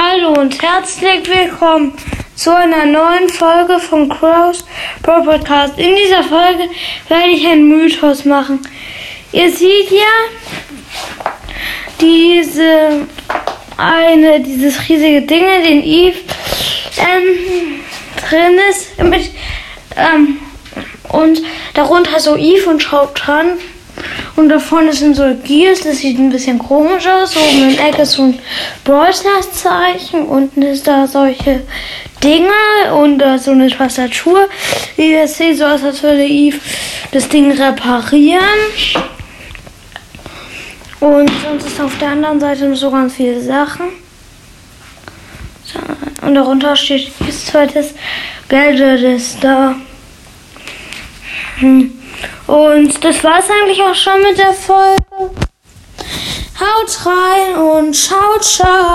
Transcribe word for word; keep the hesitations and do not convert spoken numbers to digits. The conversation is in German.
Hallo und herzlich willkommen zu einer neuen Folge von Crows Pro Podcast. In dieser Folge werde ich einen Mythos machen. Ihr seht ja diese eine dieses riesige Ding, den Eve ähm, drin ist mit, ähm, und darunter so Eve und schraubt dran. Und da vorne sind so Gears, das sieht ein bisschen komisch aus. Oben in der Ecke ist so ein Brawl Stars Zeichen. Unten ist da solche Dinger und da so eine Tastatur. Wie ihr seht, so aus, als würde Eve das Ding reparieren. Und sonst ist auf der anderen Seite noch so ganz viele Sachen. So, und darunter steht Eves zweites Gadget ist da. Hm. Und das war's eigentlich auch schon mit der Folge. Haut rein und ciao, ciao.